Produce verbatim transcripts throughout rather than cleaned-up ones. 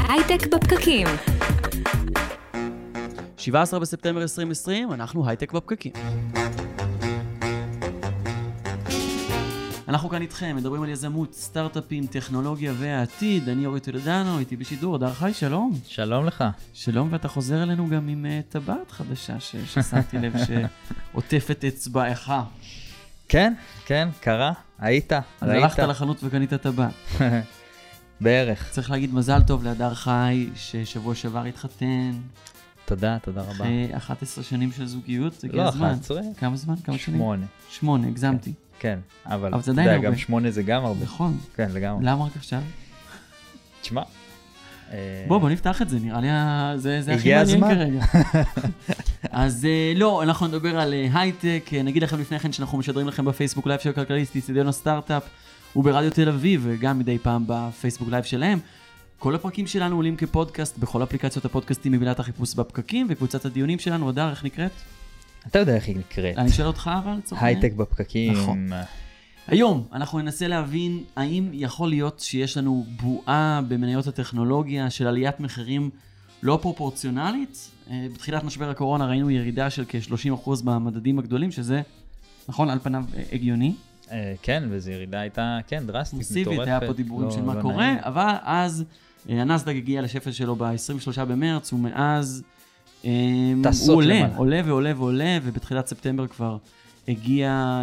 הייטק בפקקים. שבעה עשר בספטמבר עשרים עשרים, אנחנו הייטק בפקקים. אנחנו כאן איתכם, מדברים על יזמות, סטארט-אפים, טכנולוגיה והעתיד. אני אורי טולדנו, איתי בשידור, הדר חי, שלום. שלום לך. שלום, ואתה חוזר אלינו גם עם uh, טבעת חדשה, ש- ששמתי לב שעוטפת אצבעך. כן, כן, קרה, היית, אז ראית. הלכת לחנות וקנית טבעת. בערך. צריך להגיד מזל טוב להדר חי, ששבוע שעבר התחתן. תודה, תודה רבה. אחרי אחת עשרה שנים של זוגיות, זה הגיע לא, הזמן. אחת עשרה. כמה זמן? כמה שנים? שמונה. שמונה, הגזמתי. כן, אבל, אבל זה אתה עדיין יודע, הרבה. גם שמונה זה גם הרבה. נכון. כן, לגמרי. למה רק עכשיו? תשמע. אה, בוא, בוא נפתח את זה, נראה לי ה- זה זה הכי הגיע מעניין הזמן. כרגע. אז אה, לא, אנחנו נדבר על אה, הייטק, אה, נגיד לכם לפני כן שאנחנו משדרים לכם בפייסבוק לייב של כלכליסט, אצטדיון הסטארט-אפ, וברדיו תל אביב, וגם מדי פעם בפייסבוק לייב שלהם. כל הפרקים שלנו עולים כפודקאסט בכל אפליקציות הפודקאסטים מבילת החיפוש בפקקים, וקבוצת הדיונים שלנו, הדר, איך נקראת? אתה יודע איך היא נקראת. אני שואל אותך אבל, לצורך העניין. הייטק בפקקים. נכון. היום אנחנו ננסה להבין האם יכול להיות שיש לנו בועה במניות הטכנולוגיה של עליית מחירים לא פרופורציונלית. בתחילת משבר הקורונה ראינו ירידה של כ-שלושים אחוז במדדים הגדולים, שזה, נכון, על פניו הגיוני. אה, כן, וזו ירידה הייתה, כן, דרסטית, מסיבית, מטורפת. היה פה דיבורים לא- של מה לא קורה, נעים. אבל אז אה, הנסד"ק הגיע לשפל שלו ב-עשרים ושלושה במרץ, ומאז אה, טסות הוא עולה, למעלה. עולה ועולה ועולה, ובתחילת ספטמבר כבר הגיע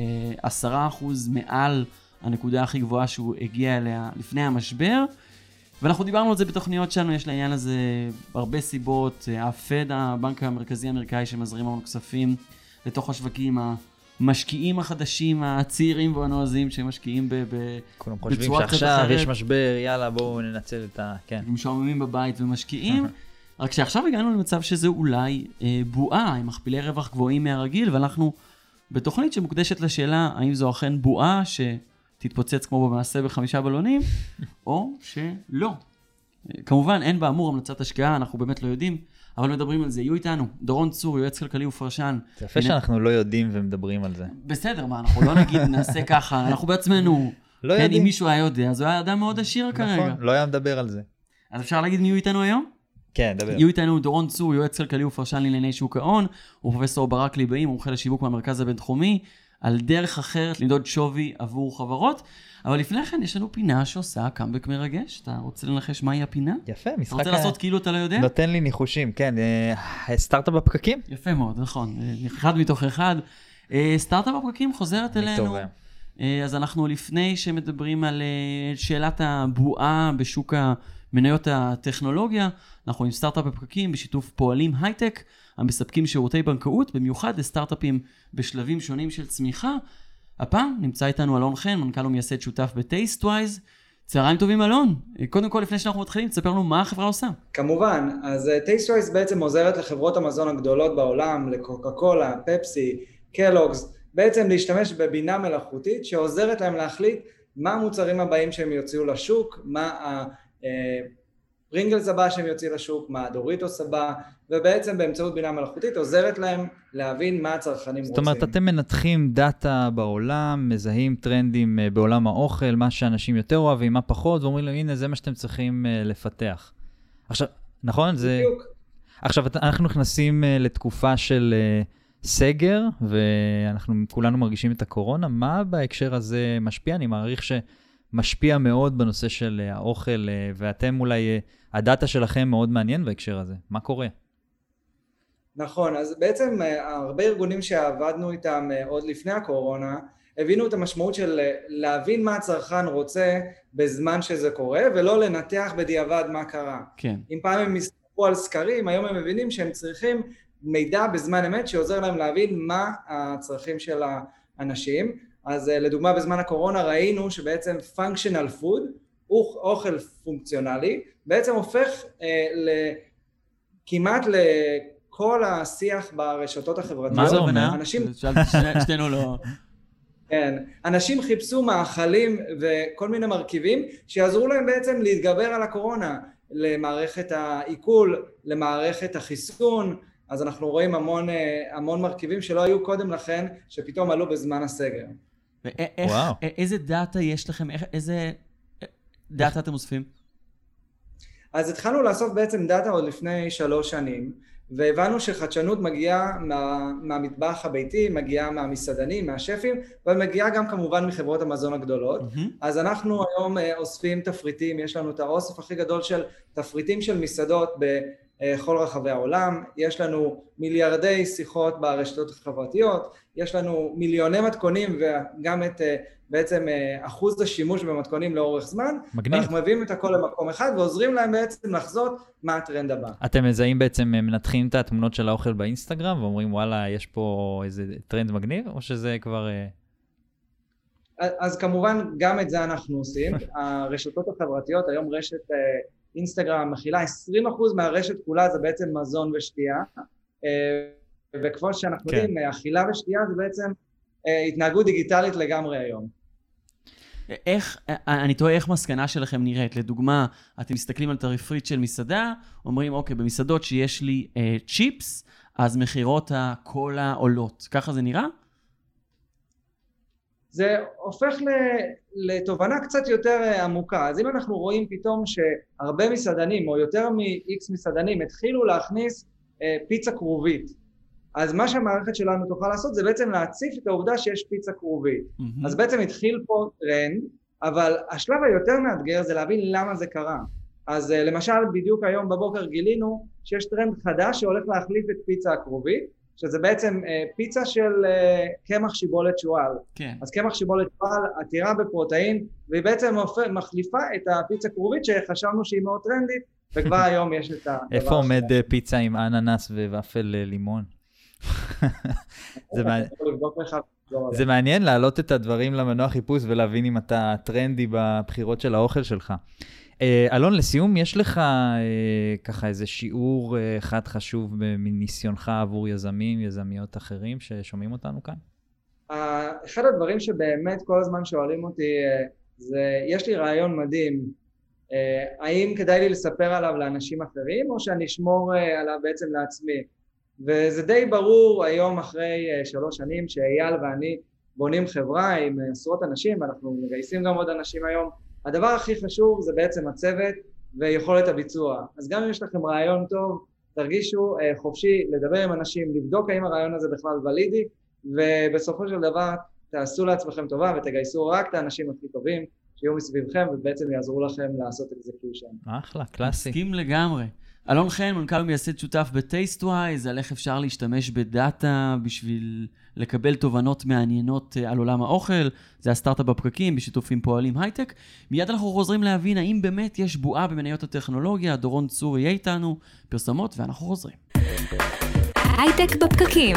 ל-עשרה אחוז מעל הנקודה הכי גבוהה שהוא הגיע אליה לפני המשבר. ואנחנו דיברנו על זה בתוכניות שלנו, יש לעניין הזה הרבה סיבות. הפד, הבנק המרכזי האמריקאי שמזרים המון כספים לתוך השווקים, המשקיעים החדשים, הצעירים והנועזים שמשקיעים ב- ב- כולם חושבים בצורה קצת שעכשיו אחרת. יש משבר, יאללה, בואו ננצל את ה... כן. משועממים בבית ומשקיעים. רק שעכשיו הגענו למצב שזה אולי אה, בועה, עם מכפילי רווח גבוהים מהרגיל, ואנחנו בתוכנית שמוקדשת לשאלה האם זו אכן בועה שתתפוצץ כמו במעשה בחמישה בלונים, או שלא. אה, כמובן אין באמור המלצת השקעה, אנחנו באמת לא יודעים, אבל מדברים על זה. יהיו איתנו דורון צור, יועץ כלכלי ופרשן. זה יפה שאנחנו לא יודעים ומדברים על זה. בסדר, מה, אנחנו לא נגיד נעשה ככה, אנחנו בעצמנו, לא כן, יודעים. אם מישהו היה יודע, אז הוא היה אדם מאוד עשיר כרגע. נכון, לא היה מדבר על זה. אז אפשר להגיד מי יהיו איתנו היום? כן, דבר. יהיו איתנו דורון צור, יועץ כלכלי ופרשן לענייני שוק ההון, ופרופסור ברק ליבאים, מומחה לשיווק מהמרכז הבינתחומי, על דרך אחרת למדוד שווי עבור חברות. אבל לפני כן יש לנו פינה שעושה קאמבק מרגש. אתה רוצה לנחש מהי הפינה? יפה, אתה משחק... רוצה לעשות כאילו אתה לא יודע? נותן לי ניחושים, כן. אה, סטארט-אפ בפקקים? יפה מאוד, נכון. אחד מתוך אחד. אה, סטארט-אפ בפקקים חוזרת אלינו. טוב. אה, אז אנחנו לפני שמדברים על אה, שאלת הבועה בשוק המניות הטכנולוגיה, אנחנו עם סטארט-אפ בפקקים בשיתוף פועלים הייטק, המספקים שירותי בנקאות, במיוחד לסטארט-אפים בשלבים שונים של צמיחה. הפעם נמצא איתנו אלון חן, מנכ"ל ומייסד שותף בטייסטווייז. צהריים טובים אלון. קודם כל, לפני שאנחנו מתחילים, תספר לנו מה החברה עושה. כמובן, אז טייסטווייז בעצם עוזרת לחברות המזון הגדולות בעולם, לקוקה קולה, פפסי, קלוגס, בעצם להשתמש בבינה מלאכותית שעוזרת להם להחליט מה המוצרים הבאים שהם יוציאו לשוק, מה הפרינגלס הבא שהם יוציאו לשוק, מה הדוריטוס הבא, ובעצם באמצעות בינה מלאכותית עוזרת להם להבין מה הצרכנים רוצים. זאת אומרת, אתם מנתחים דאטה בעולם, מזהים טרנדים אה, בעולם האוכל, מה שאנשים יותר אוהבים, מה פחות, ואומרים להם, הנה, זה מה שאתם צריכים אה, לפתח. עכשיו, נכון? זה... בדיוק. עכשיו, אנחנו נכנסים אה, לתקופה של אה, סגר, ואנחנו כולנו מרגישים את הקורונה. מה בהקשר הזה משפיע? אני מעריך שמשפיע מאוד בנושא של אה, האוכל, אה, ואתם אולי, אה, הדאטה שלכם מאוד מעניין בהקשר הזה. מה קורה? נכון, אז בעצם הרבה ארגונים שעבדנו איתם עוד לפני הקורונה, הבינו את המשמעות של להבין מה הצרכן רוצה בזמן שזה קורה, ולא לנתח בדיעבד מה קרה. כן. אם פעם הם מסתכלו על סקרים, היום הם מבינים שהם צריכים מידע בזמן אמת שעוזר להם להבין מה הצרכים של האנשים. אז לדוגמה בזמן הקורונה ראינו שבעצם functional food, אוכל פונקציונלי, בעצם הופך אה, כמעט ל... כל השיח ברשתות החברתיות. מה זה אומר? אנשים... שתינו לא... כן, אנשים חיפשו מאכלים וכל מיני מרכיבים שיעזרו להם בעצם להתגבר על הקורונה, למערכת העיכול, למערכת החיסון, אז אנחנו רואים המון, המון מרכיבים שלא היו קודם לכן, שפתאום עלו בזמן הסגר. ואיך, איזה דאטה יש לכם, איזה דאטה אתם אוספים? אז התחלנו לאסוף בעצם דאטה עוד לפני שלוש שנים, והבנו שחדשנות מגיעה מה, מהמטבח הביתי, מגיעה מהמסעדנים, מהשפים, אבל מגיעה גם כמובן מחברות המזון הגדולות. Mm-hmm. אז אנחנו היום אוספים תפריטים, יש לנו את האוסף הכי גדול של תפריטים של מסעדות בכל רחבי העולם, יש לנו מיליארדי שיחות ברשתות החברתיות, יש לנו מיליוני מתכונים וגם את בעצם אחוז השימוש במתכונים לאורך זמן. מגניב. אנחנו מביאים את הכל למקום אחד ועוזרים להם בעצם לחזות מה הטרנד הבא. אתם מזהים בעצם, מנתחים את התמונות של האוכל באינסטגרם ואומרים וואלה יש פה איזה טרנד מגניב או שזה כבר... אז כמובן גם את זה אנחנו עושים. הרשתות החברתיות, היום רשת אינסטגרם מכילה עשרים אחוז מהרשת כולה זה בעצם מזון ושתייה, וכמו שאנחנו יודעים, אכילה ושתייה זה בעצם התנהגות דיגיטלית לגמרי היום. איך, אני תוהה איך מסקנה שלכם נראית. לדוגמה, אתם מסתכלים על תרפריט של מסעדה, אומרים, אוקיי, במסעדות שיש לי אה, צ'יפס, אז מחירות הקולה עולות. ככה זה נראה? זה הופך לתובנה קצת יותר עמוקה. אז אם אנחנו רואים פתאום שהרבה מסעדנים, או יותר מ-X מסעדנים, התחילו להכניס אה, פיצה קרובית, אז מה שהמערכת שלנו תוכל לעשות זה בעצם להציף את העובדה שיש פיצה קרובית. Mm-hmm. אז בעצם התחיל פה טרנד, אבל השלב היותר מאתגר זה להבין למה זה קרה. אז uh, למשל בדיוק היום בבוקר גילינו שיש טרנד חדש שהולך להחליף את פיצה הקרובית, שזה בעצם uh, פיצה של uh, קמח שיבולת שועל. כן. אז קמח שיבולת שועל עתירה בפרוטאין, והיא בעצם מחליפה את הפיצה הקרובית שחשבנו שהיא מאוד טרנדית, וכבר היום יש את ה... איפה עומד פיצה עם אננס וואפל לימון? זה מעניין להעלות את הדברים למנוע חיפוש ולהבין אם אתה טרנדי בבחירות של האוכל שלך. אלון, לסיום, יש לך ככה איזה שיעור אחד חשוב מניסיונך עבור יזמים, יזמיות אחרים ששומעים אותנו כאן? אחד הדברים שבאמת כל הזמן שואלים אותי זה, יש לי רעיון מדהים, האם כדאי לי לספר עליו לאנשים אחרים או שאני אשמור עליו בעצם לעצמי? וזה די ברור היום אחרי שלוש שנים שאייל ואני בונים חברה עם עשרות אנשים, אנחנו מגייסים גם עוד אנשים היום. הדבר הכי חשוב זה בעצם הצוות ויכולת הביצוע. אז גם אם יש לכם רעיון טוב, תרגישו חופשי לדבר עם אנשים, לבדוק האם הרעיון הזה בכלל ולידי, ובסופו של דבר תעשו לעצמכם טובה ותגייסו רק את האנשים הכי טובים שיהיו מסביבכם ובעצם יעזרו לכם לעשות אקזקיושן. אחלה, קלאסי. מסכים לגמרי. אלון חן, מנכ"ל ומייסד שותף ב-TasteWise, על איך אפשר להשתמש בדאטה בשביל לקבל תובנות מעניינות על עולם האוכל. זה הסטארט-אפ בפקקים, בשיתוף עם פועלים הייטק. מיד אנחנו חוזרים להבין האם באמת יש בועה במניות הטכנולוגיה. דורון צור יהיה איתנו, פרסומות, ואנחנו חוזרים. הייטק בפקקים.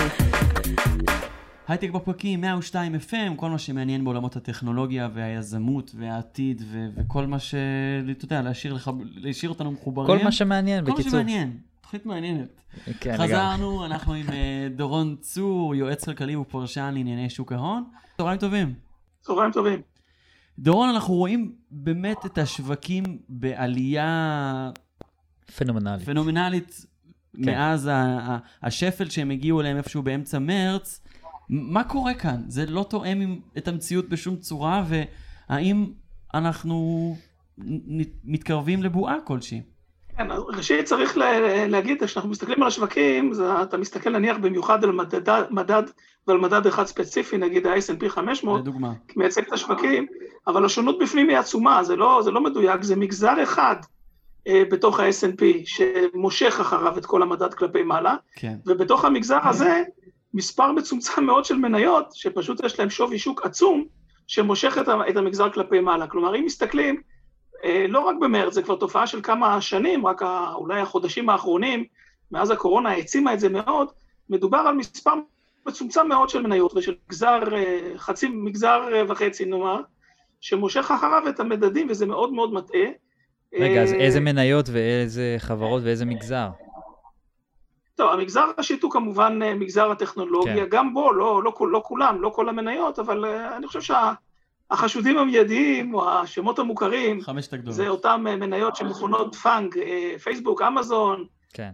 הייטק בפקקים, מאה ושתיים אף אם, כל מה שמעניין בעולמות הטכנולוגיה והיזמות והעתיד ו- וכל מה ש... אתה יודע, להשאיר, לך... להשאיר אותנו מחוברים. כל מה שמעניין, כל בקיצור. כל מה שמעניין, תוכנית מעניינת. כן, חזרנו, לגמרי. אנחנו עם דורון צור, יועץ כלכלי ופרשן לענייני שוק ההון. צהריים טובים. צהריים טובים. דורון, אנחנו רואים באמת את השווקים בעלייה... פנומנלית. פנומנלית, כן. מאז ה- השפל שהם הגיעו אליהם איפשהו באמצע מרץ. מה קורה כאן? זה לא תואם את המציאות בשום צורה, והאם אנחנו מתקרבים לבועה כלשהי? כן, ראשית צריך להגיד, כשאנחנו מסתכלים על השווקים, אתה מסתכל נניח במיוחד על מדד, מדד ועל מדד אחד ספציפי, נגיד ה-אס אנד פי חמש מאות, לדוגמה. מייצג את השווקים, אבל השונות בפנים היא עצומה, זה לא, זה לא מדויק, זה מגזר אחד אה, בתוך ה-אס אנד פי, שמושך אחריו את כל המדד כלפי מעלה, כן. ובתוך המגזר הזה, מספר מצומצם מאוד של מניות, שפשוט יש להם שווי שוק עצום, שמושך את המגזר כלפי מעלה. כלומר, אם מסתכלים, לא רק במרץ, זה כבר תופעה של כמה שנים, רק אולי החודשים האחרונים, מאז הקורונה העצימה את זה מאוד, מדובר על מספר מצומצם מאוד של מניות, ושל מגזר, חצי מגזר וחצי נאמר, שמושך אחריו את המדדים, וזה מאוד מאוד מטעה. רגע, אז איזה מניות ואיזה חברות ואיזה מגזר? טוב, המגזר הראשית הוא כמובן מגזר הטכנולוגיה, כן. גם בו, לא, לא, לא כולם, לא כל המניות, אבל אני חושב שהחשודים המיידיים, או השמות המוכרים, זה אותם מניות שמכונות פאנג, פייסבוק, אמזון, כן.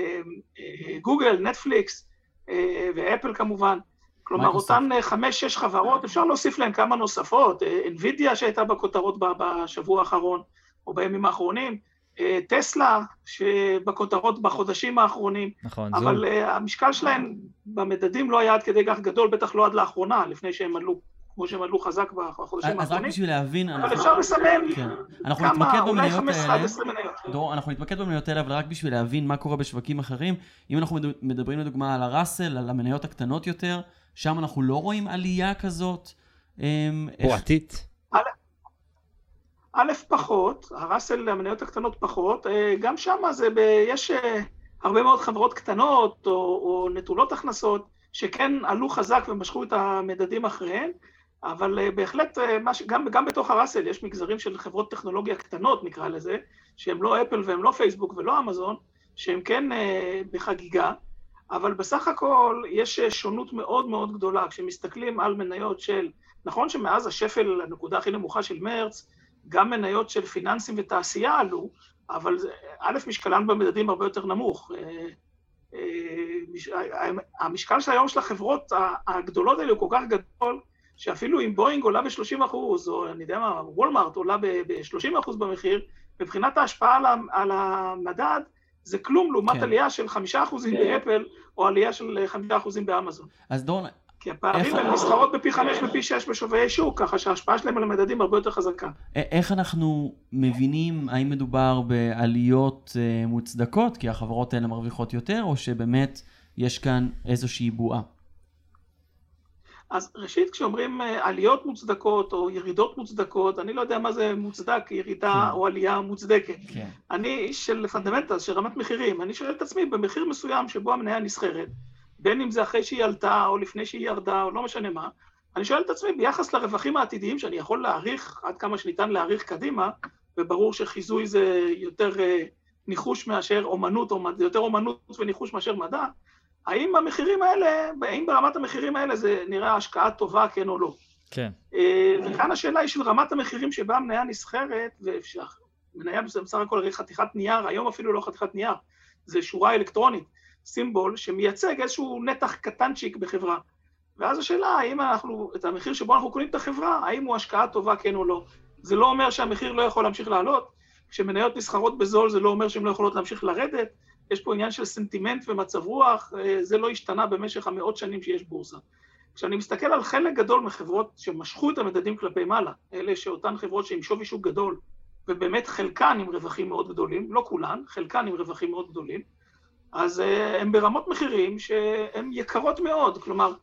גוגל, נטפליקס, ואפל כמובן. כלומר, אותן חמש, שש חברות, אפשר להוסיף להן כמה נוספות, NVIDIA שהייתה בכותרות בשבוע האחרון, או בימים האחרונים, טסלה, שבכותרות בחודשים האחרונים, נכון, אבל זו. המשקל שלהם במדדים לא היה עד כדי כך גדול, בטח לא עד לאחרונה, לפני שהם עלו, כמו שהם עלו חזק בחודשים האחרונים. אז רק בשביל להבין, אבל אפשר לסמן כמה, אולי חמש עשרה עד עשרים מניות. דור, אנחנו נתמקד במניות האלה, אבל רק בשביל להבין מה קורה בשווקים אחרים, אם אנחנו מדברים לדוגמה על הראסל, על המניות הקטנות יותר, שם אנחנו לא רואים עלייה כזאת. פועתית. א', פחות, הראסל, המניות הקטנות פחות, גם שם זה ב... יש הרבה מאוד חברות קטנות או, או נטולות הכנסות, שכן עלו חזק ומשכו את המדדים אחריהן, אבל בהחלט, גם, גם בתוך הראסל יש מגזרים של חברות טכנולוגיה קטנות, נקרא לזה, שהם לא אפל והם לא פייסבוק ולא אמזון, שהם כן בחגיגה, אבל בסך הכל יש שונות מאוד מאוד גדולה, כשמסתכלים על מניות של, נכון שמאז השפל, הנקודה הכי נמוכה של מרץ, גם מניות של פיננסים ותעשייה עלו, אבל א', משקלן במדדים הרבה יותר נמוך. המשקל של היום של החברות הגדולות האלה הוא כל כך גדול, שאפילו אם בואינג עולה ב-שלושים אחוז, או אני יודע מה, וולמארט עולה ב-שלושים אחוז במחיר, מבחינת ההשפעה על המדד, זה כלום לעומת עלייה של חמישה אחוז באפל, או עלייה של חמישה אחוז באמזון. אז דורון, כי הפערים הן נסחרות בפי חמש ופי שש בשוויי שוק, ככה שההשפעה שלהם על המדדים הרבה יותר חזקה. איך אנחנו מבינים האם מדובר בעליות מוצדקות, כי החברות האלה מרוויחות יותר, או שבאמת יש כאן איזושהי בועה? אז ראשית, כשאומרים עליות מוצדקות או ירידות מוצדקות, אני לא יודע מה זה מוצדק, ירידה או עלייה מוצדקת. אני איש של פונדמנטל, של רמת מחירים. אני שואל את עצמי, במחיר מסוים שבו המניה נסחרת, בין אם זה אחרי שהיא עלתה, או לפני שהיא ירדה, או לא משנה מה, אני שואל את עצמי, ביחס לרווחים העתידיים, שאני יכול להעריך, עד כמה שניתן להעריך קדימה, וברור שחיזוי זה יותר ניחוש מאשר אומנות, או יותר אומנות וניחוש מאשר מדע, האם המחירים האלה, האם ברמת המחירים האלה זה נראה השקעה טובה, כן או לא? כן. וכאן השאלה היא של רמת המחירים שבה המניה נסחרת, ומניה בסך הכל הרי חתיכת נייר, היום אפילו לא חתיכת נייר, זה שורה אלקטרונית, סימבול שמייצג איזשהו נתח קטנצ'יק בחברה. ואז השאלה, האם אנחנו, את המחיר שבו אנחנו קונים את החברה, האם הוא השקעה טובה, כן או לא? זה לא אומר שהמחיר לא יכול להמשיך לעלות, כשמניות נסחרות בזול זה לא אומר שהן לא יכולות להמשיך לרדת, יש פה עניין של סנטימנט ומצב רוח, זה לא השתנה במשך המאות שנים שיש בורסה. כשאני מסתכל על חלק גדול מחברות שמשכו את המדדים כלפי מעלה, אלה שאותן חברות שעם שווי שוק גדול, ובאמת חלקן עם רווחים מאוד גדולים, לא כולן, חלקן עם רווחים מאוד גדולים, אז הם ברמות מחירים שהן יקרות מאוד, כלומר,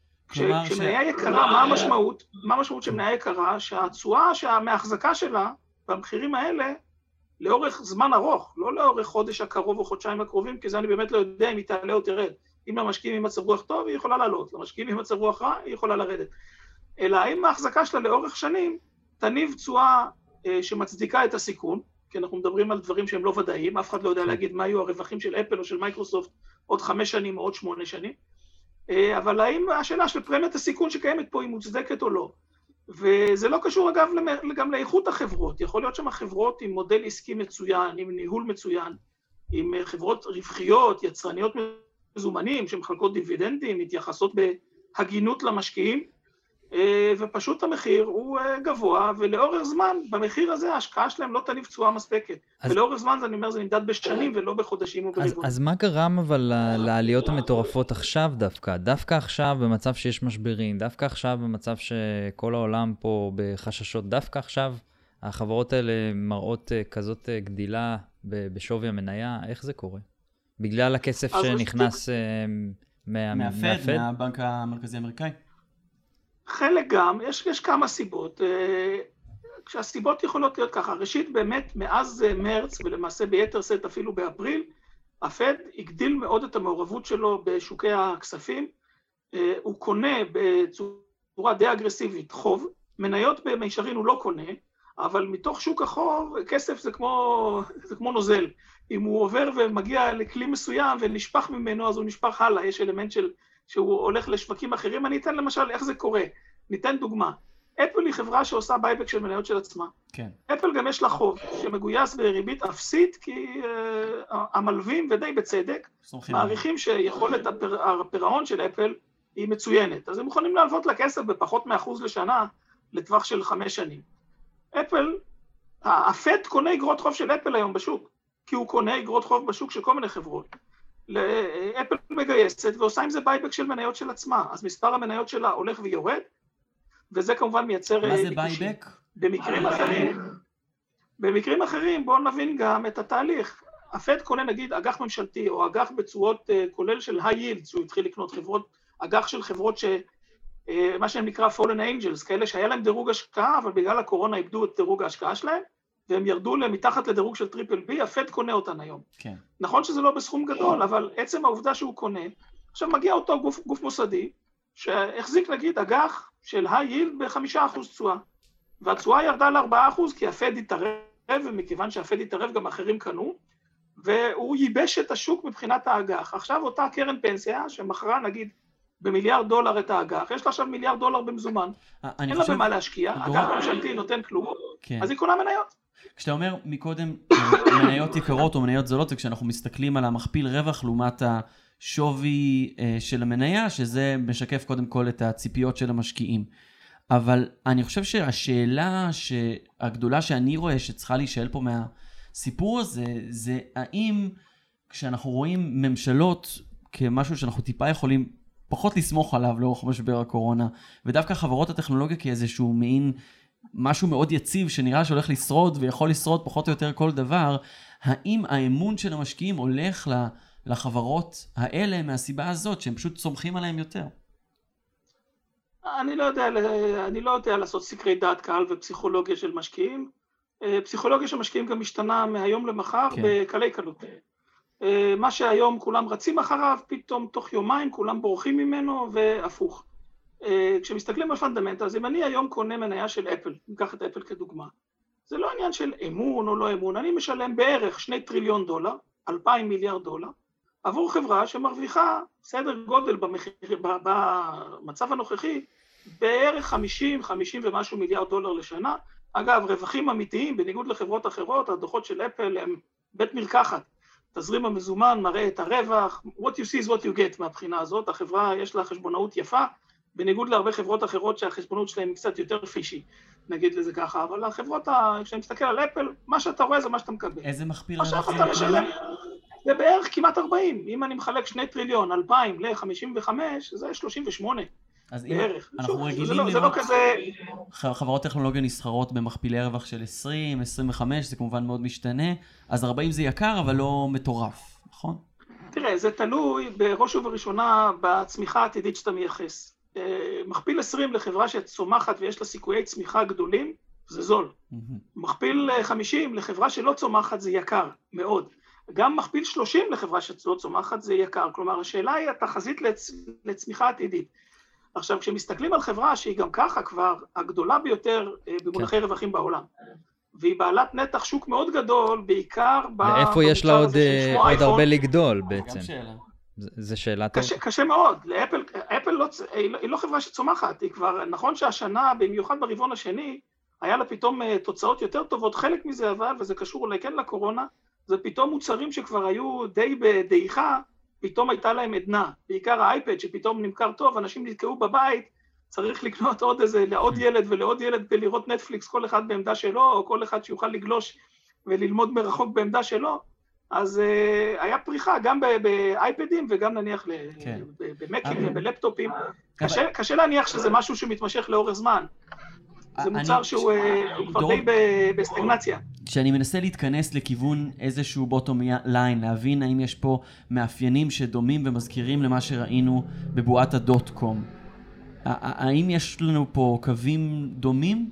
כשמניה יקרה, מה המשמעות? מה המשמעות של מניה יקרה? שהתשואה מההחזקה שלה, במחירים האלה, לאורך זמן ארוך, לא לאורך חודש הקרוב או חודשיים הקרובים, כי זה אני באמת לא יודע אם היא תעלה או תרד. אם למשקיעים עם מצב רוח טוב, היא יכולה לעלות, למשקיעים עם מצב רוח רע, היא יכולה לרדת. אלא אם ההחזקה שלה לאורך שנים, תניב תשואה שמצדיקה את הסיכון, כי אנחנו מדברים על דברים שהם לא ודאיים, אף אחד לא יודע להגיד מה יהיו הרווחים של אפל או של מייקרוסופט עוד חמש שנים או עוד שמונה שנים, אבל האם השאלה של פרמיית הסיכון שקיימת פה היא מוצדקת או לא? וזה לא קשור אגב גם לאיכות החברות, יכול להיות שם החברות עם מודל עסקי מצוין, עם ניהול מצוין, עם חברות רווחיות, יצרניות מזומנים, שמחלקות דיבידנדים, מתייחסות בהגינות למשקיעים, ופשוט המחיר הוא גבוה, ולאורך זמן, במחיר הזה ההשקעה שלהם לא תניב תשואה מספקת. אז... ולאורך זמן, אני אומר, זה נמדד בשנים ולא בחודשים וברבעונים. אז, אז מה גרם אבל לעליות המטורפות עכשיו דווקא? דווקא עכשיו במצב שיש משברים, דווקא עכשיו במצב שכל העולם פה בחששות, דווקא עכשיו החברות האלה מראות כזאת גדילה בשווי המניה, איך זה קורה? בגלל הכסף שנכנס מה, מהפד, מהפד? מהבנק המרכזי האמריקאי? חלק גם, יש, יש כמה סיבות, כשהסיבות יכולות להיות ככה, ראשית באמת מאז מרץ ולמעשה ביתר שאת אפילו באפריל, הפד הגדיל מאוד את המעורבות שלו בשוקי הכספים, הוא קונה בצורה די אגרסיבית חוב, מניות במישרין הוא לא קונה, אבל מתוך שוק החוב כסף זה כמו, זה כמו נוזל, אם הוא עובר ומגיע לכלי מסוים ונשפך ממנו אז הוא נשפך הלאה, יש אלמנט של שהוא הולך לשווקים אחרים, אני אתן למשל איך זה קורה, ניתן דוגמה, אפל היא חברה שעושה בייבק של מניות של עצמה, כן. אפל גם יש לה חוב שמגויס בריבית אפסית, כי uh, המלווים ודי בצדק, מעריכים שיכולת הפר... הפירעון של אפל היא מצוינת, אז הם מוכנים להלוות לה כסף בפחות מאחוז לשנה, לטווח של חמש שנים. אפל הפד קונה אגרות חוב של אפל היום בשוק, כי הוא קונה אגרות חוב בשוק של כל מיני חברות. אפל מגייסת ועושה עם זה בייבק של מניות של עצמה, אז מספר המניות שלה הולך ויורד, וזה כמובן מייצר... מה זה בייבק? במקרים אחרים, במקרים אחרים בואו נבין גם את התהליך. הפד קונה נגיד אג"ח ממשלתי או אג"ח בצורות כולל של high yield, שהוא התחיל לקנות חברות, אג"ח של חברות ש... מה שהם נקרא fallen angels, כאלה שהיה להם דירוג השקעה, אבל בגלל הקורונה איבדו את דירוג ההשקעה שלהם, והם ירדו מתחת לדירוג של טריפל בי, הפד קונה אותן היום. כן. נכון שזה לא בסכום גדול, אבל עצם העובדה שהוא קונה, עכשיו מגיע אותו גוף, גוף מוסדי, שהחזיק נגיד אג"ח של high yield בחמישה אחוז תשואה, והתשואה ירדה ל-ארבעה אחוז, כי הפד התערב, ומכיוון שהפד התערב גם אחרים קנו, והוא ייבש את השוק מבחינת האג"ח. עכשיו אותה קרן פנסיה, שמכרה נגיד במיליארד דולר את האג"ח, יש לה עכשיו מיליארד דולר במזומן, אין לה במה להשקיע, אג"ח ממשלתי נותן כלום, אז היא קונה מניות. כשאתה אומר מקודם מניות יקרות או מניות זולות, זה כשאנחנו מסתכלים על המכפיל רווח לעומת השווי של המניה, שזה משקף קודם כל את הציפיות של המשקיעים. אבל אני חושב שהשאלה הגדולה שאני רואה שצריכה להישאל פה מהסיפור הזה, זה האם כשאנחנו רואים ממשלות כמשהו שאנחנו טיפה יכולים פחות לסמוך עליו לאורך משבר הקורונה, ודווקא חברות הטכנולוגיה כאיזשהו מעין משהו מאוד יציב שנראה שהולך לשרוד ויכול לשרוד פחות או יותר כל דבר, האם האמון של המשקיעים הולך לחברות האלה מהסיבה הזאת שהם פשוט צומחים עליהם יותר? אני לא יודע, אני לא יודע לעשות סקרי דעת קהל ופסיכולוגיה של משקיעים. פסיכולוגיה של משקיעים גם משתנה מהיום למחר כן. בקלי קלות. מה שהיום כולם רצים אחריו, פתאום תוך יומיים כולם בורחים ממנו והפוך. כשמסתכלים על פונדמנטל, אז אם אני היום קונה מניה של אפל, ניקח את אפל כדוגמה, זה לא עניין של אמון או לא אמון, אני משלם בערך שני טריליון דולר, אלפיים מיליארד דולר, עבור חברה שמרוויחה סדר גודל במחיר, במצב הנוכחי, בערך חמישים, חמישים ומשהו מיליארד דולר לשנה. אגב, רווחים אמיתיים, בניגוד לחברות אחרות, הדוחות של אפל הם בית מרקחת. תזרים המזומן מראה את הרווח, what you see is what you get מהבחינה הזאת, החברה יש לה חשבונאות יפה, בניגוד להרבה חברות אחרות שהחשבונות שלהם היא קצת יותר פישי, נגיד לזה ככה, אבל החברות, כשאני מסתכל על אפל, מה שאתה רואה זה מה שאתה מקבל. איזה מכפיל עכשיו אתה משלם, זה בערך כמעט ארבעים, אם אני מחלק שני טריליון, אלפיים ל-חמישים וחמש, זה שלושים ושמונה. אז בערך. אנחנו שוב, רגילים זה לא, לראות, זה לא כזה... חברות טכנולוגיה נסחרות במכפילי רווח של עשרים, עשרים וחמש, זה כמובן מאוד משתנה, אז ארבעים זה יקר, אבל לא מטורף, נכון? תראה, זה תלוי בראש ובראשונה בצמיחה העתידית שאתה מייחס. מכפיל עשרים לחברה שצומחת ויש לה סיכויי צמיחה גדולים, זה זול. Mm-hmm. מכפיל חמישים לחברה שלא צומחת זה יקר, מאוד. גם מכפיל שלושים לחברה שלא צומחת זה יקר. כלומר, השאלה היא התחזית לצ... לצמיחה עתידית. עכשיו, כשמסתכלים על חברה שהיא גם ככה כבר הגדולה ביותר במונחי רווחים בעולם, והיא בעלת נתח שוק מאוד גדול, בעיקר... ואיפה יש לה עוד, עוד הרבה לגדול בעצם? זה שאלה טוב. קשה, קשה מאוד. לאפל, אפל לא, היא לא חברה שצומחת, היא כבר, נכון שהשנה, במיוחד ברבעון השני, היה לה פתאום תוצאות יותר טובות, חלק מזה אבל, וזה קשור אולי כן לקורונה, זה פתאום מוצרים שכבר היו די בדעיכה, פתאום הייתה להם עדנה, בעיקר האייפד שפתאום נמכר טוב, אנשים נתקעו בבית, צריך לקנות עוד איזה, לעוד ילד ולעוד ילד ולראות נטפליקס, כל אחד בעמדה שלו, או כל אחד שיוכל לגלוש וללמוד מרחוק בעמדה שלו, אז uh, היה פריחה גם באייפדים וגם נניח כן. במקים ובלפטופים, קשה, קשה להניח שזה משהו שמתמשך לאורך זמן. זה מוצר שהוא כבר די בסטגנציה. כשאני מנסה להתכנס לכיוון איזשהו בוטום ליין, להבין האם יש פה מאפיינים שדומים ומזכירים למה שראינו בבועת הדוט קום. האם יש לנו פה קווים דומים?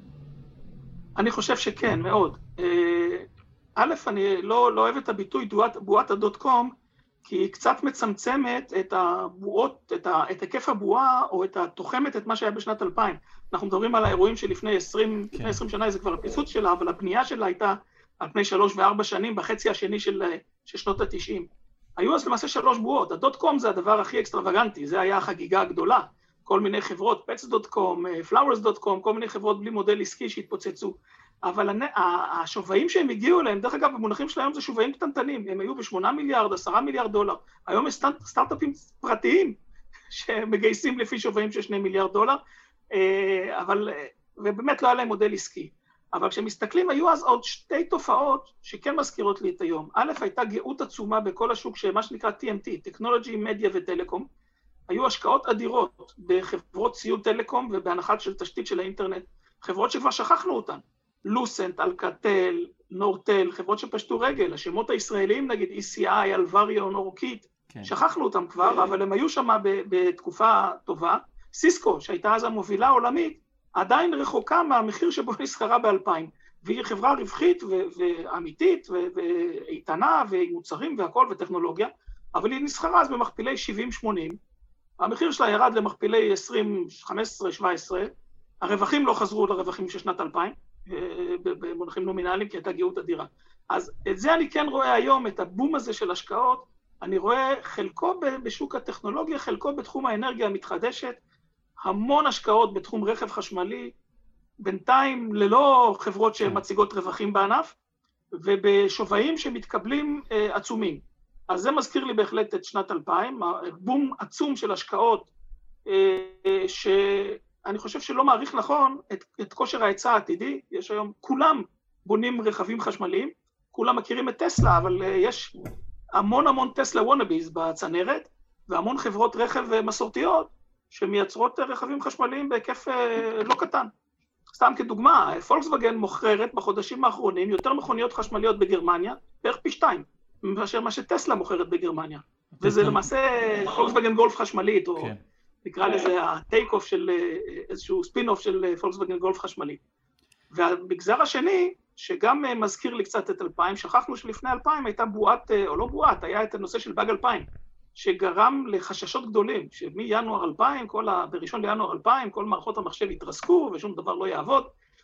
אני חושב שכן, מאוד. א', אני לא, לא אוהב את הביטוי בועת הדוט קום, כי היא קצת מצמצמת את הבועות, את, ה, את היקף הבועה, או את התוחמת, את מה שהיה בשנת אלפיים. אנחנו מדברים על האירועים שלפני עשרים, כן. לפני עשרים שנה, זה כבר הפיצוץ שלה, אבל הבנייה שלה הייתה על פני שלוש וארבע שנים, בחצי השני של, של שנות ה-תשעים. היו אז למעשה שלוש בועות. הדוט קום זה הדבר הכי אקסטרווגנטי, זה היה החגיגה הגדולה. כל מיני חברות, פטס דוט קום, פלאוורס דוט קום, כל מיני חברות בלי מודל עסקי שהתפוצצו. אבל השווים שהם הגיעו אליהם, דרך אגב, במונחים של היום זה שווים קטנטנים, הם היו בשמונה מיליארד, עשרה מיליארד דולר, היום יש סטארט-אפים פרטיים שמגייסים לפי שווים של שני מיליארד דולר, אבל, ובאמת לא היה להם מודל עסקי. אבל כשמסתכלים, היו אז עוד שתי תופעות שכן מזכירות לי את היום. א', הייתה גאות עצומה בכל השוק, שמה שנקרא טי אם טי, טכנולוגי, מדיה וטלקום. היו השקעות אדירות בחברות ציוד טלקום ובהנחת של תשתית של האינטרנט, חברות שכבר שכחנו אותן. לוסנט, אלקטל, נורטל, חברות שפשטו רגל, השמות הישראלים, נגיד אי סי איי, אלווריו, נורקיט, כן. שכחנו אותם כבר, אבל הם היו שם בתקופה טובה. סיסקו, שהייתה אז המובילה העולמית, עדיין רחוקה מהמחיר שבו נסחרה ב-אלפיים, והיא חברה רווחית ואמיתית ואיתנה, ועם מוצרים והכל וטכנולוגיה, אבל היא נסחרה אז במכפילי שבעים שמונים, המחיר שלה ירד למכפילי עשרים, חמש עשרה, שבע עשרה, הרווחים לא חזרו לרווחים של שנת אלפיים, במונחים נומינליים, כי הייתה גאות אדירה. אז את זה אני כן רואה היום, את הבום הזה של השקעות, אני רואה חלקו בשוק הטכנולוגיה, חלקו בתחום האנרגיה המתחדשת, המון השקעות בתחום רכב חשמלי, בינתיים ללא חברות שמציגות רווחים בענף, ובשוויים שמתקבלים אה, עצומים. אז זה מזכיר לי בהחלט את שנת אלפיים, בום עצום של השקעות, אה, אה, שאני חושב שלא מעריך נכון את, את כושר ההיצע העתידי, יש היום, כולם בונים רכבים חשמליים, כולם מכירים את טסלה, אבל אה, יש המון המון טסלה וונאביז בצנרת, והמון חברות רכב מסורתיות, שמייצרות רכבים חשמליים בהיקף לא קטן. סתם כדוגמה, פולקסווגן מוכרת בחודשים האחרונים יותר מכוניות חשמליות בגרמניה, בערך פי שתיים, מאשר מה שטסלה מוכרת בגרמניה. וזה למעשה פולקסווגן גולף חשמלית, או נקרא לזה הטייק אוף של איזשהו ספין אוף של פולקסווגן גולף חשמלי. והמגזר השני, שגם מזכיר לי קצת את אלפיים, שכחנו שלפני אלפיים הייתה בועת, או לא בועת, היה את הנושא של באג אלפיים, שגרם לחששות גדולים, שמינואר אלפיים, כל ה... בראשון לינואר אלפיים, כל מערכות המחשב התרסקו ושום דבר לא יעבוד,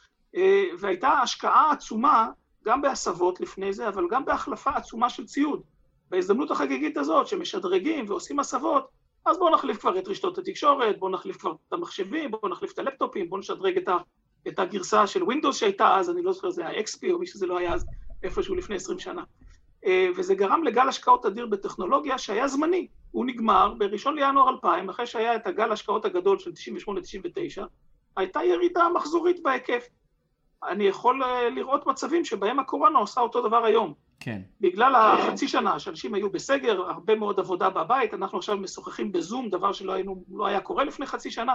והייתה השקעה עצומה, גם בהסבות לפני זה, אבל גם בהחלפה עצומה של ציוד. בהזדמנות החגיגית הזאת, שמשדרגים ועושים הסבות, אז בואו נחליף כבר את רשתות התקשורת, בואו נחליף כבר את המחשבים, בואו נחליף את הלפטופים, בואו נשדרג את, ה... את הגרסה של ווינדוס שהייתה אז, אני לא זוכר, זה ה-אקס פי או מי שזה לא היה אז, איפשהו לפני עשרים שנה. וזה גרם לגל השקעות אדיר בטכנולוגיה שהיה זמני. הוא נגמר בראשון לינואר אלפיים, אחרי שהיה את הגל השקעות הגדול של תשעים ושמונה תשעים ותשע, הייתה ירידה מחזורית בהיקף. אני יכול לראות מצבים שבהם הקורונה עושה אותו דבר היום. כן. בגלל החצי שנה שאנשים היו בסגר, הרבה מאוד עבודה בבית, אנחנו עכשיו משוחחים בזום, דבר שלא היינו, לא היה קורה לפני חצי שנה.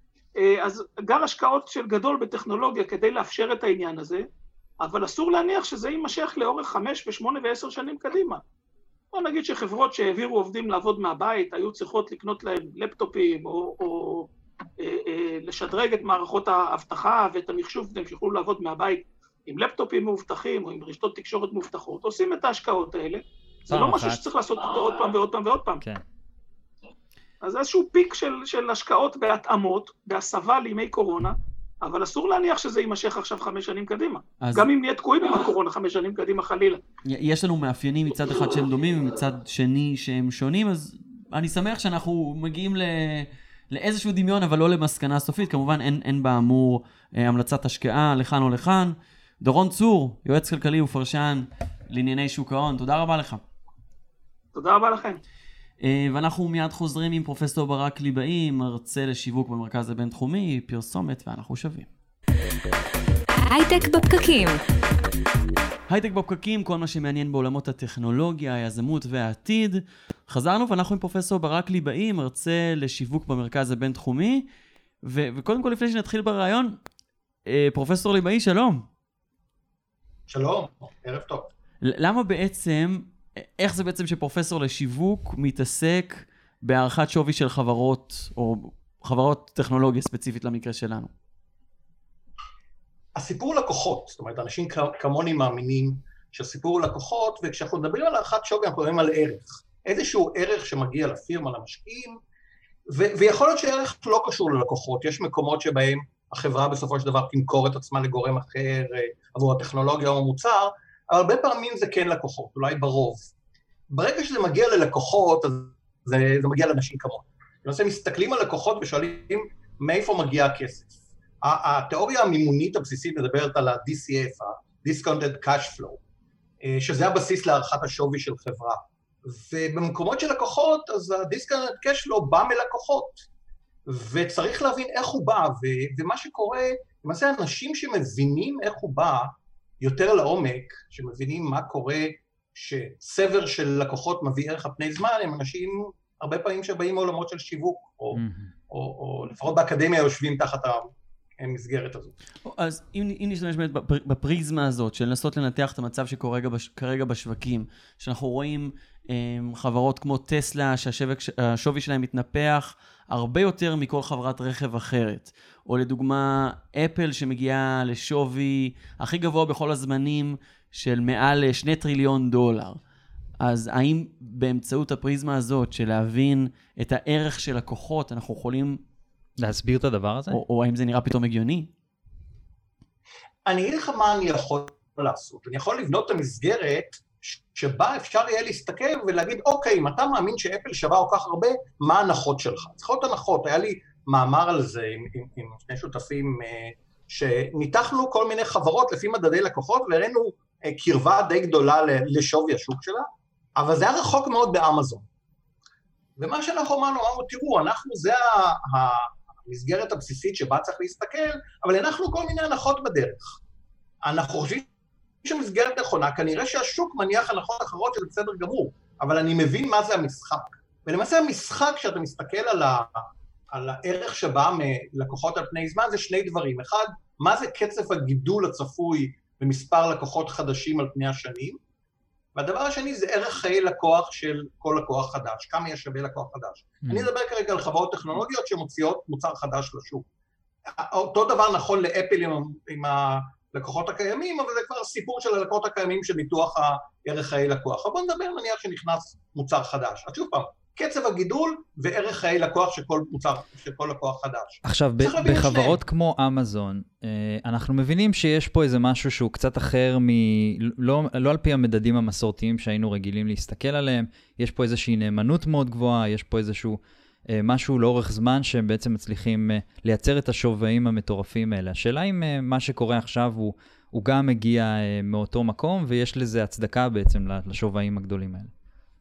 אז גל השקעות של גדול בטכנולוגיה כדי לאפשר את העניין הזה, אבל אסור להניח שזה יימשך לאורך חמש ושמונה ועשר שנים קדימה. בוא נגיד שחברות שהעבירו עובדים לעבוד מהבית, היו צריכות לקנות להם לפטופים, או, או אה, אה, לשדרג את מערכות האבטחה ואת המחשוב, כדי שיוכלו לעבוד מהבית עם לפטופים מאובטחים, או עם רשתות תקשורת מאובטחות, עושים את ההשקעות האלה. זה לא משהו שצריך לעשות אותו עוד פעם ועוד פעם ועוד פעם. כן. אז איזשהו פיק של, של השקעות בהתאמות, בהסבה לימי קורונה, אבל אסור להניח שזה יימשך עכשיו חמש שנים קדימה. אז... גם אם נהיה תקועים עם הקורונה חמש שנים קדימה חלילה. יש לנו מאפיינים מצד אחד שהם דומים, ומצד שני שהם שונים, אז אני שמח שאנחנו מגיעים ל... לאיזשהו דמיון, אבל לא למסקנה סופית. כמובן אין, אין באמור אה, המלצת השקעה לכאן או לכאן. דורון צור, יועץ כלכלי ופרשן לענייני שוק ההון, תודה רבה לך. תודה רבה לכם. ואנחנו מיד חוזרים עם פרופסור ברק ליבאי, מרצה לשיווק במרכז הבינתחומי, פרסומת, ואנחנו שווים. הייטק בפקקים. הייטק בפקקים, כל מה שמעניין בעולמות הטכנולוגיה, היזמות והעתיד. חזרנו ואנחנו עם פרופסור ברק ליבאי, מרצה לשיווק במרכז הבינתחומי. ו- וקודם כל לפני שנתחיל ברעיון, פרופסור ליבאי, שלום. שלום, ערב טוב. למה בעצם... איך זה בעצם שפרופסור לשיווק מתעסק בהערכת שווי של חברות, או חברות טכנולוגיה ספציפית למקרה שלנו? הסיפור לקוחות, זאת אומרת, אנשים כמוני מאמינים שהסיפור לקוחות, וכשאנחנו מדברים על הערכת שווי, אנחנו מדברים על ערך. איזשהו ערך שמגיע לפירמה, למשקיעים, ו- ויכול להיות שערך לא קשור ללקוחות. יש מקומות שבהם החברה בסופו של דבר תמכור את עצמה לגורם אחר, עבור הטכנולוגיה או המוצר, אבל הרבה פעמים זה כן לקוחות, אולי ברוב. ברגע שזה מגיע ללקוחות, אז זה, זה מגיע לאנשים כמוני. למעשה מסתכלים על לקוחות ושואלים מאיפה מגיע הכסף. התיאוריה המימונית הבסיסית מדברת על ה-די סי אף, ה-Discounted Cash Flow, שזה הבסיס להערכת השווי של חברה. ובמקומות של לקוחות, אז ה-Discounted Cash Flow בא מלקוחות, וצריך להבין איך הוא בא, ו- ומה שקורה למעשה אנשים שמבינים איך הוא בא יותר לעומק, שמבינים מה קורה שסבר של לקוחות מביא ערך על פני זמן, הם אנשים הרבה פעמים שבאים מעולמות של שיווק, או, mm-hmm. או, או לפחות באקדמיה יושבים תחת המסגרת הזאת. אז אם, אם נשתמש באמת בפריזמה הזאת, של לנסות לנתח את המצב שכרגע כרגע בשווקים, שאנחנו רואים הם, חברות כמו טסלה, שהשווי שלהם מתנפח הרבה יותר מכל חברת רכב אחרת, או לדוגמה אפל שמגיעה לשווי הכי גבוה בכל הזמנים, של מעל שני טריליון דולר. אז האם באמצעות הפריזמה הזאת של להבין את הערך של לקוחות, אנחנו יכולים להסביר את הדבר הזה? או, או האם זה נראה פתאום הגיוני? אני אגיד לך מה אני יכול לעשות. אני יכול לבנות את המסגרת שבה אפשר יהיה להסתכל ולהגיד, אוקיי, אם אתה מאמין שאפל שווה או כך הרבה, מה ההנחות שלך? צריכות הנחות. היה לי מאמר על זה עם, עם, עם שני שותפים, שניתחנו כל מיני חברות לפי מדדי לקוחות, והראינו קרבה די גדולה לשווי השוק שלה, אבל זה היה רחוק מאוד באמזון. ומה שאנחנו אמרנו, אמרנו, תראו, אנחנו, זה המסגרת הבסיסית שבה צריך להסתכל, אבל אנחנו כל מיני הנחות בדרך. אנחנו חושבים שמסגרת נכונה, כנראה שהשוק מניח הנחות אחרות שזה בסדר גמור, אבל אני מבין מה זה המשחק. ולמעשה המשחק, כשאתה מסתכל על, ה, על הערך שבא מלקוחות על פני זמן, זה שני דברים. אחד, מה זה קצב הגידול הצפוי במספר לקוחות חדשים על פני השנים, והדבר השני זה ערך חיי לקוח של כל לקוח חדש, כמה יש שווה לקוח חדש. Mm. אני אדבר כרגע על חברות טכנולוגיות שמוציאות מוצר חדש לשוק. אותו דבר נכון לאפל עם, עם הלקוחות הקיימים, אבל זה כבר סיפור של הלקוחות הקיימים של ניתוח הערך חיי לקוח. אבל בוא נדבר נניח שנכנס מוצר חדש. אז שוב פעם, קצב הגידול וערך חיי לקוח של כל מוצר, של כל לקוח חדש. עכשיו, בחברות כמו אמזון, אנחנו מבינים שיש פה איזה משהו שהוא קצת אחר מ... לא, לא על פי המדדים המסורתיים שהיינו רגילים להסתכל עליהם, יש פה איזושהי נאמנות מאוד גבוהה, יש פה איזשהו משהו לאורך זמן שהם בעצם מצליחים לייצר את השווים המטורפים האלה. השאלה אם מה שקורה עכשיו הוא, הוא גם מגיע מאותו מקום, ויש לזה הצדקה בעצם לשווים הגדולים האלה.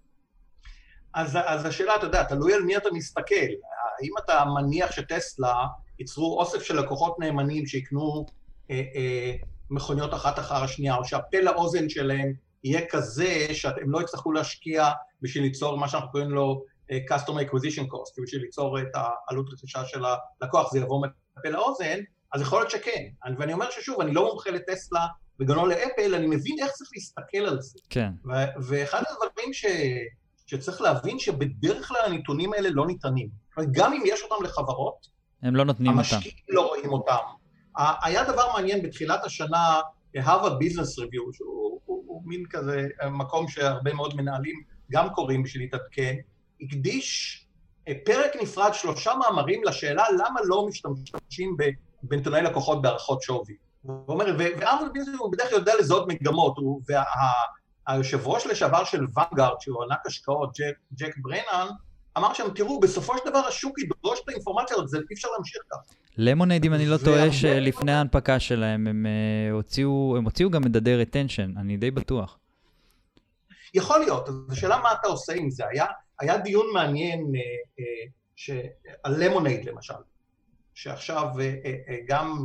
אז, אז השאלה, אתה יודע, תלוי על מי אתה מסתכל. האם אתה מניח שטסלה ייצרו אוסף של לקוחות נאמנים שיקנו אה, אה, מכוניות אחת אחר השנייה, או שהפה לאוזן שלהם יהיה כזה שהם לא יצטרכו להשקיע בשביל ליצור מה שאנחנו קוראים לו uh, Customer Acquisition Cost, בשביל ליצור את העלות רכישה של הלקוח, זה יבוא מפה לאוזן, אז יכול להיות שכן. ואני אומר ששוב, אני לא מומחה לטסלה וגם לא לאפל, אני מבין איך צריך להסתכל על זה. כן. ו- ואחד הדברים ש... שצריך להבין שבדרך כלל הנתונים האלה לא ניתנים. גם אם יש אותם לחברות, הם לא נותנים אותם. המשקיעים לא רואים אותם. היה דבר מעניין בתחילת השנה, Harvard Business Review, שהוא הוא, הוא מין כזה מקום שהרבה מאוד מנהלים גם קוראים בשביל להתעדכן, הקדיש פרק נפרד שלושה מאמרים לשאלה למה לא משתמשים בנתוני לקוחות בהערכות שווי. הוא אומר, ו-Harvard Business Review בדרך כלל יודע לזהות מגמות, וה... היושב ראש לשעבר של ונגארד, שהוא ענק השקעות, ג'ק, ג'ק ברנן, אמר שם, תראו, בסופו של דבר השוק ידרוש את האינפורמציה הזאת, זה אי אפשר להמשיך כך. למונייד, אם אני לא טועה, שלפני ההנפקה שלהם, הם הוציאו, הם הוציאו גם מדדי רטנשן, אני די בטוח. יכול להיות, אז השאלה מה אתה עושה עם זה. היה, היה דיון מעניין ש... על למונייד למשל, שעכשיו גם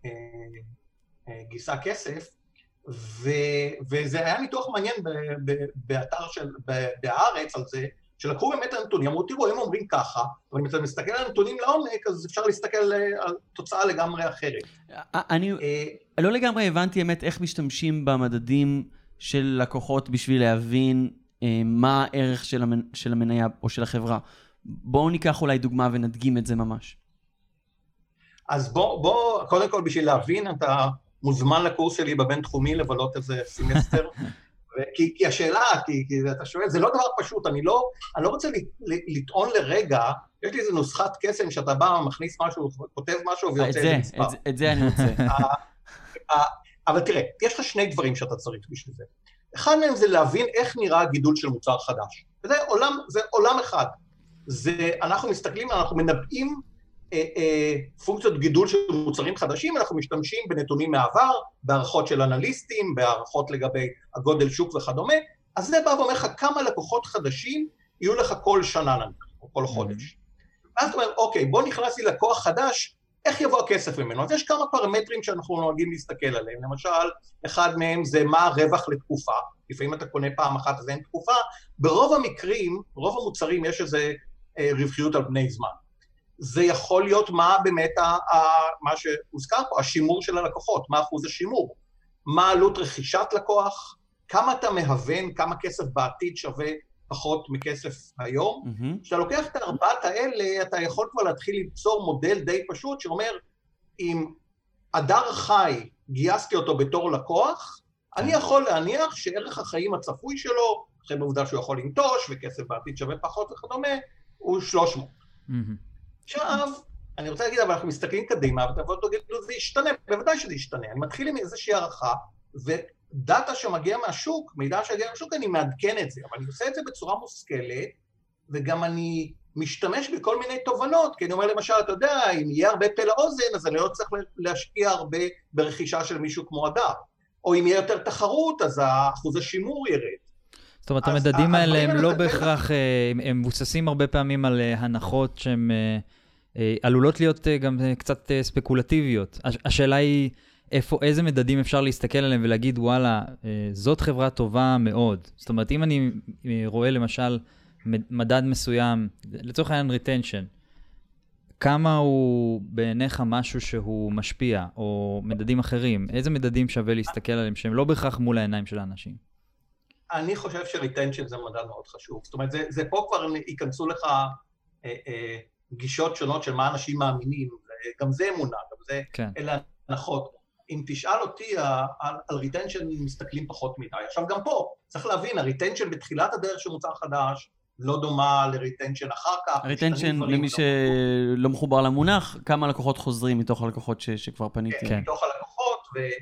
גיסה כסף, ו... וזה היה ניתוח מעניין ב... ב... באתר של... בארץ על זה, שלקחו באמת הנתונים, אמרו, תראו, הם אומרים ככה, אבל אם אתה מסתכל על הנתונים לעומק, אז אפשר להסתכל על תוצאה לגמרי אחרת. אני לא לגמרי הבנתי באמת איך משתמשים במדדים של לקוחות בשביל להבין מה הערך של המניה או של החברה. בואו ניקח אולי דוגמה ונדגים את זה ממש. אז בוא, בוא, קודם כל בשביל להבין, אתה מוזמן לקורס שלי בבין-תחומי לבלות איזה סמסטר, כי, כי השאלה, כי, כי אתה שואל, זה לא דבר פשוט, אני לא, אני לא רוצה לטעון לרגע, יש לי איזו נוסחת קסם שאתה בא, מכניס משהו, כותב משהו ויוצא איזה מספר. את זה, את זה אני רוצה. אבל תראה, יש לך שני דברים שאתה צריך בשביל זה. אחד מהם זה להבין איך נראה הגידול של מוצר חדש. וזה עולם, זה עולם אחד. זה, אנחנו מסתכלים, אנחנו מנבאים אה, אה, פונקציות גידול של מוצרים חדשים, אנחנו משתמשים בנתונים מעבר, בהערכות של אנליסטים, בהערכות לגבי הגודל שוק וכדומה, אז זה בא ואומר לך כמה לקוחות חדשים יהיו לך כל שנה, או כל חודש. ואז אתה אומר, אוקיי, בוא נכנס לי לקוח חדש, איך יבוא הכסף ממנו? אז יש כמה פרמטרים שאנחנו נוהגים להסתכל עליהם, למשל, אחד מהם זה מה הרווח לתקופה, לפעמים אתה קונה פעם אחת אז אין תקופה, ברוב המקרים, ברוב המוצרים יש איזה אה, רווחיות על פני זמן. זה יכול להיות מה באמת, ה, ה, מה שהוזכר פה, השימור של הלקוחות, מה אחוז השימור, מה עלות רכישת לקוח, כמה אתה מהוון, כמה כסף בעתיד שווה פחות מכסף היום. כשאתה לוקח את הארבעת האלה, אתה יכול כבר להתחיל ליצור מודל די פשוט, שאומר, אם אדר חי, גייסתי אותו בתור לקוח, אני יכול להניח שערך החיים הצפוי שלו, אחרי בעובדה שהוא יכול לנטוש, וכסף בעתיד שווה פחות וכדומה, הוא שלוש מאות. עכשיו, אני רוצה להגיד, אבל אנחנו מסתכלים קדימה, אבל תגידו, זה ישתנה, בוודאי שזה ישתנה. אני מתחיל עם איזושהי הערכה, ודאטה שמגיע מהשוק, מידע שמגיע מהשוק, אני מעדכן את זה, אבל אני עושה את זה בצורה מושכלת, וגם אני משתמש בכל מיני תובנות, כי אני אומר למשל, אתה יודע, אם יהיה הרבה פה לאוזן, אז אני לא צריך להשקיע הרבה ברכישה של מישהו כמו אדר. או אם יהיה יותר תחרות, אז האחוז השימור ירד. זאת אומרת, המדדים האלה הם לא בהכרח, הם מבוססים הרבה פעמים על הנחות שהן עלולות להיות גם קצת ספקולטיביות. השאלה היא, איפה, איזה מדדים אפשר להסתכל עליהם ולהגיד, וואלה, זאת חברה טובה מאוד. זאת אומרת, אם אני רואה למשל מדד מסוים, לצורך העניין retention, כמה הוא בעיניך משהו שהוא משפיע, או מדדים אחרים, איזה מדדים שווה להסתכל עליהם שהם לא בהכרח מול העיניים של האנשים? אני חושב ש-retention זה מדד מאוד חשוב. זאת אומרת, זה, זה פה כבר ייכנסו לך אה, אה, גישות שונות של מה אנשים מאמינים, גם זה אמונה, גם זה כן. אלה הנחות. אם תשאל אותי, על, על retention מסתכלים פחות מדי. עכשיו גם פה, צריך להבין, ה-retention בתחילת הדרך של מוצר חדש, לא דומה ל-retention אחר כך. ה-retention, למי שלא מחובר למונח, כמה לקוחות חוזרים מתוך הלקוחות ש, שכבר פניתי. כן, מתוך הלקוחות,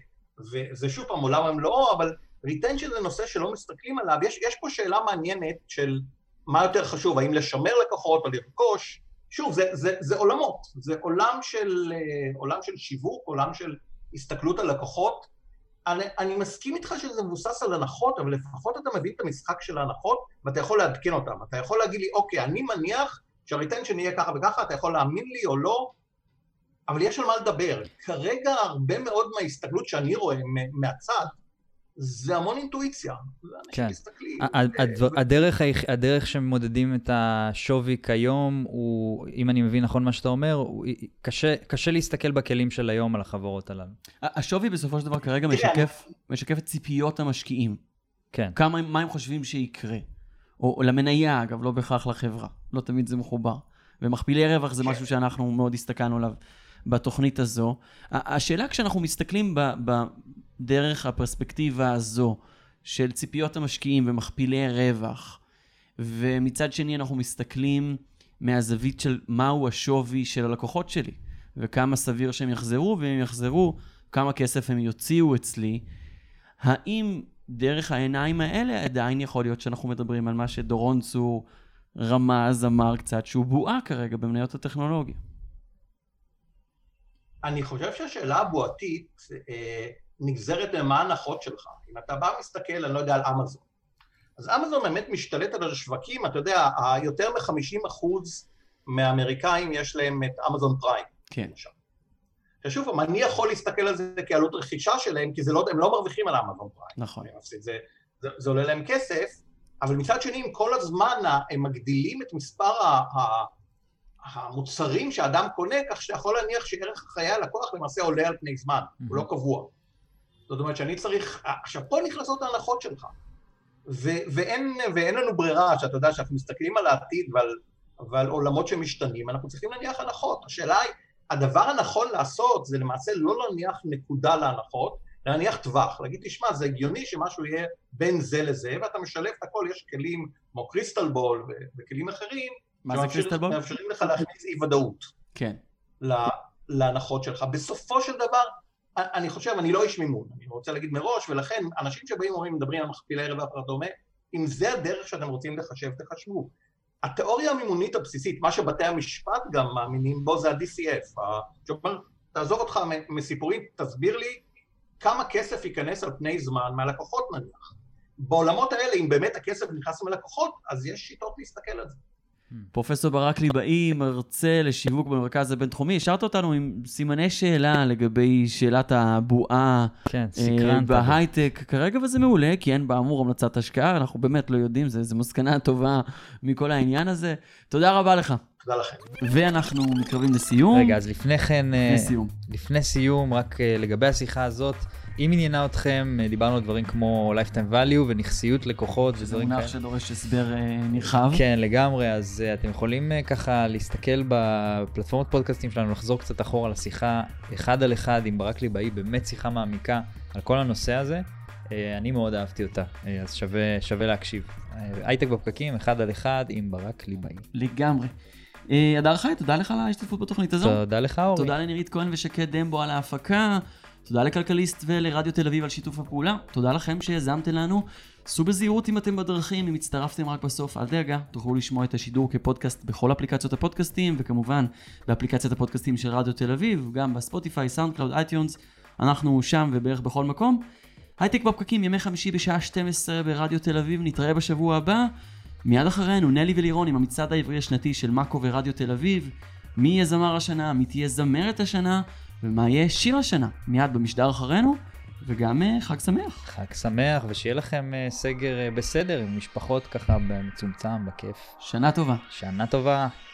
וזה שוב פעם עולם הם לא, אבל retention זה נושא שלא מסתכלים עליו. יש, יש פה שאלה מעניינת של מה יותר חשוב, האם לשמר לקוחות או לרכוש. שוב, זה, זה, זה עולמות. זה עולם של, עולם של שיווק, עולם של הסתכלות על לקוחות. אני, אני מסכים איתך שזה מבוסס על הנחות, אבל לפחות אתה מביא את המשחק של ההנחות, ואתה יכול לעדכן אותם. אתה יכול להגיד לי, אוקיי, אני מניח שהריטנשן יהיה ככה וככה, אתה יכול להאמין לי או לא, אבל יש על מה לדבר. כרגע הרבה מאוד מההסתכלות שאני רואה מהצד, זה המון אינטואיציה. כן. הדרך, הדרך שמודדים את השווי כיום, הוא, אם אני מבין נכון מה שאתה אומר, הוא קשה, קשה להסתכל בכלים של היום על החברות הללו. השווי בסופו של דבר כרגע משקף, משקף את ציפיות המשקיעים. כן. כמה, מה הם חושבים שיקרה. או, או למניה, אגב, לא בהכרח לחברה. לא תמיד זה מחובר. ומכפילי רווח זה משהו שאנחנו מאוד הסתכלנו עליו בתוכנית הזו. השאלה כשאנחנו מסתכלים ב... ב דרך הפרספקטיבה הזו של ציפיות המשקיעים ומכפילי רווח, ומצד שני אנחנו מסתכלים מהזווית של מהו השווי של הלקוחות שלי, וכמה סביר שהם יחזרו, ואם יחזרו, כמה כסף הם יוציאו אצלי, האם דרך העיניים האלה עדיין יכול להיות שאנחנו מדברים על מה שדורון צור רמז, אמר קצת, שהוא בועה כרגע במניות הטכנולוגיה? אני חושב שהשאלה הבועתית, נגזרת למה ההנחות שלך. אם אתה בא מסתכל, אני לא יודע, על אמזון. אז אמזון באמת משתלט על השווקים, אתה יודע, יותר מ-חמישים אחוז מהאמריקאים יש להם את אמזון פריים. כן. ששוב, אני יכול להסתכל על זה כעלות רכישה שלהם, כי לא, הם לא מרוויחים על אמזון פריים. נכון. זה, זה, זה, זה עולה להם כסף, אבל מצד שני, עם כל הזמן הם מגדילים את מספר ה... המוצרים שאדם קונה, כך שאתה יכול להניח שערך חיי הלקוח למעשה עולה על פני זמן, mm-hmm. הוא לא קבוע. זאת אומרת שאני צריך, עכשיו פה נכנסות ההנחות שלך, ו- ואין, ואין לנו ברירה, שאתה יודע שאנחנו מסתכלים על העתיד ועל, ועל עולמות שמשתנים, אנחנו צריכים להניח הנחות. השאלה היא, הדבר הנכון לעשות זה למעשה לא להניח נקודה להנחות, להניח טווח, להגיד, תשמע, זה הגיוני שמשהו יהיה בין זה לזה, ואתה משלב את הכל, יש כלים כמו קריסטל בול ו- וכלים אחרים, מה זה קריסטל בול? מאפשרים לך להכניס אי ודאות. כן. להנחות שלך. בסופו של דבר, אני חושב, אני לא איש מימון, אני רוצה להגיד מראש, ולכן אנשים שבאים אומרים, מדברים על מכפילי רווח וכדומה, אם זה הדרך שאתם רוצים לחשב, תחשבו. התיאוריה המימונית הבסיסית, מה שבתי המשפט גם מאמינים בו, זה ה-די סי אף. שאומר, תעזוב אותך מסיפורים, תסביר לי כמה כסף ייכנס על פני זמן מהלקוחות נניח. בעולמות האלה, אם באמת הכסף נכנס מהלקוחות, אז יש שיטות להסתכל על זה. פרופסור ברק ליבאי, מרצה לשיווק במרכז הבינתחומי, השארת אותנו עם סימני שאלה לגבי שאלת הבועה כן, אה, בהייטק כרגע, וזה מעולה, כי אין באמור המלצת השקעה, אנחנו באמת לא יודעים, זה, זה מסקנה טובה מכל העניין הזה. תודה רבה לך. תודה לכם. ואנחנו מתקרבים לסיום. רגע, אז לפני כן, לפני סיום, לפני סיום רק לגבי השיחה הזאת, אם עניינה אתכם, דיברנו על דברים כמו lifetime value ונכסיות לקוחות ודברים כאלה. זה מונח שדורש הסבר נרחב. כן, לגמרי, אז אתם יכולים ככה להסתכל בפלטפורמות פודקאסטים שלנו, לחזור קצת אחורה לשיחה אחד על אחד עם ברק ליבאי, באמת שיחה מעמיקה על כל הנושא הזה. אני מאוד אהבתי אותה, אז שווה, שווה להקשיב. הייטק בפקקים, אחד על אחד עם ברק ליבאי. לגמרי. אדר חי, תודה לך על ההשתתפות בתוכנית הזו. תודה לך, אורי. תודה לנירית כהן ושקד דמבו על ההפקה. תודה לכלכליסט ולרדיו תל אביב על שיתוף הפעולה. תודה לכם שיזמתם לנו. סעו בזהירות אם אתם בדרכים, אם הצטרפתם רק בסוף, אל דאגה. תוכלו לשמוע את השידור כפודקאסט בכל אפליקציות הפודקאסטים, וכמובן באפליקציית הפודקאסטים של רדיו תל אביב, גם בספוטיפיי, סאונד קלאוד, אייטיונס. אנחנו שם ובערך בכל מקום. הייטק בפקקים, ימי חמישי בשעה שתים עשרה ברדיו תל אביב. נתראה בשבוע הבא. מיד אחרינו, נלי ולירון עם המצעד העברי השנתי של מאקו ורדיו תל אביב. מי יהיה זמר השנה, מי תהיה זמרת השנה, ומה יהיה שיר השנה. מיד במשדר אחרינו, וגם חג שמח. חג שמח, ושיהיה לכם סגר בסדר, עם משפחות ככה במצומצם, בכיף. שנה טובה. שנה טובה.